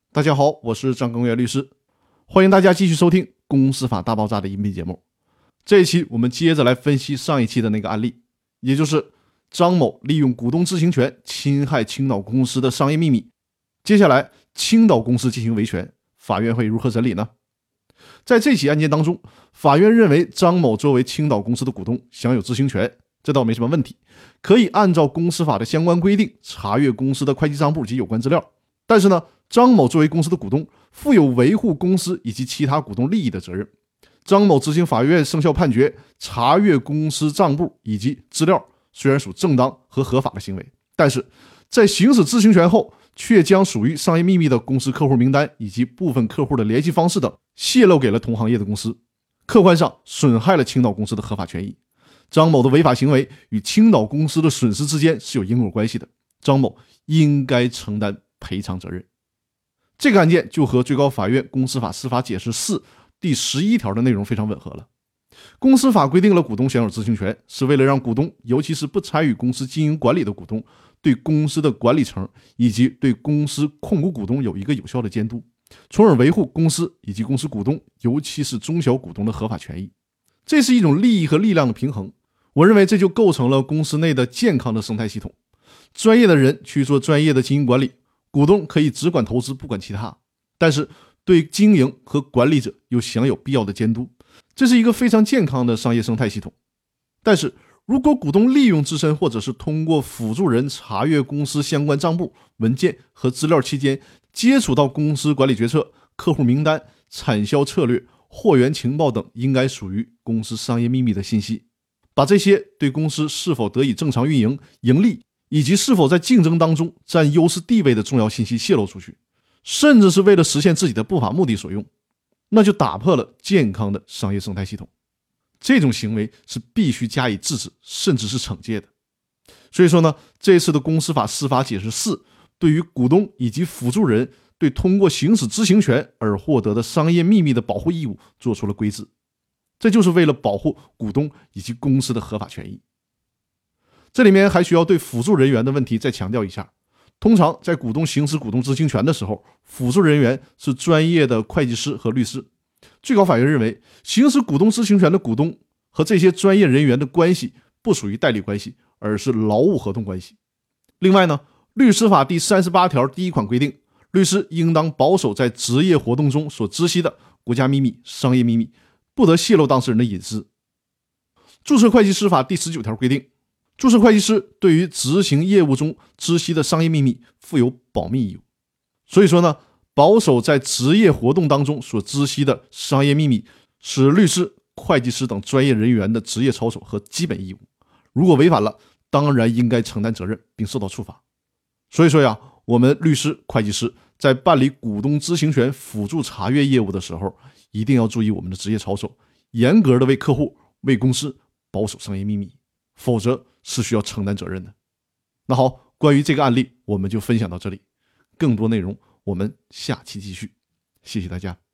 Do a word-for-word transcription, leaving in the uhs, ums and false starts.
大家好，我是张根源律师，欢迎大家继续收听《公司法大爆炸》的音频节目。这一期我们接着来分析上一期的那个案例，也就是张某利用股东知情权侵害青岛公司的商业秘密。接下来青岛公司进行维权，法院会如何审理呢？在这起案件当中，法院认为张某作为青岛公司的股东享有知情权，这倒没什么问题，可以按照公司法的相关规定查阅公司的会计账簿及有关资料。但是呢，张某作为公司的股东，负有维护公司以及其他股东利益的责任。张某执行法院生效判决，查阅公司账簿以及资料，虽然属正当和合法的行为，但是在行使知情权后，却将属于商业秘密的公司客户名单以及部分客户的联系方式等泄露给了同行业的公司，客观上损害了青岛公司的合法权益。张某的违法行为与青岛公司的损失之间是有因果关系的，张某应该承担赔偿责任。这个案件就和最高法院公司法司法解释四第十一条的内容非常吻合了。公司法规定了股东享有知情权，是为了让股东，尤其是不参与公司经营管理的股东，对公司的管理层以及对公司控股股东有一个有效的监督，从而维护公司以及公司股东，尤其是中小股东的合法权益。这是一种利益和力量的平衡，我认为这就构成了公司内的健康的生态系统。专业的人去做专业的经营管理，股东可以只管投资不管其他，但是对经营和管理者又享有必要的监督，这是一个非常健康的商业生态系统。但是如果股东利用自身或者是通过辅助人查阅公司相关账簿、文件和资料期间，接触到公司管理决策、客户名单、产销策略、货源情报等应该属于公司商业秘密的信息，把这些对公司是否得以正常运营、盈利以及是否在竞争当中占优势地位的重要信息泄露出去，甚至是为了实现自己的不法目的所用，那就打破了健康的商业生态系统。这种行为是必须加以制止，甚至是惩戒的。所以说呢，这次的公司法司法解释四对于股东以及辅助人对通过行使知情权而获得的商业秘密的保护义务做出了规制，这就是为了保护股东以及公司的合法权益。这里面还需要对辅助人员的问题再强调一下。通常在股东行使股东知情权的时候，辅助人员是专业的会计师和律师。最高法院认为，行使股东知情权的股东和这些专业人员的关系不属于代理关系，而是劳务合同关系。另外呢，律师法第三十八条第一款规定，律师应当保守在职业活动中所知悉的国家秘密、商业秘密，不得泄露当事人的隐私。注册会计师法第十九条规定，注册会计师对于执行业务中知悉的商业秘密负有保密义务。所以说呢，保守在职业活动当中所知悉的商业秘密是律师、会计师等专业人员的职业操守和基本义务，如果违反了，当然应该承担责任并受到处罚。所以说呀，我们律师、会计师在办理股东知情权辅助查阅业务的时候，一定要注意我们的职业操守，严格的为客户、为公司保守商业秘密，否则是需要承担责任的。那好，关于这个案例我们就分享到这里，更多内容我们下期继续，谢谢大家。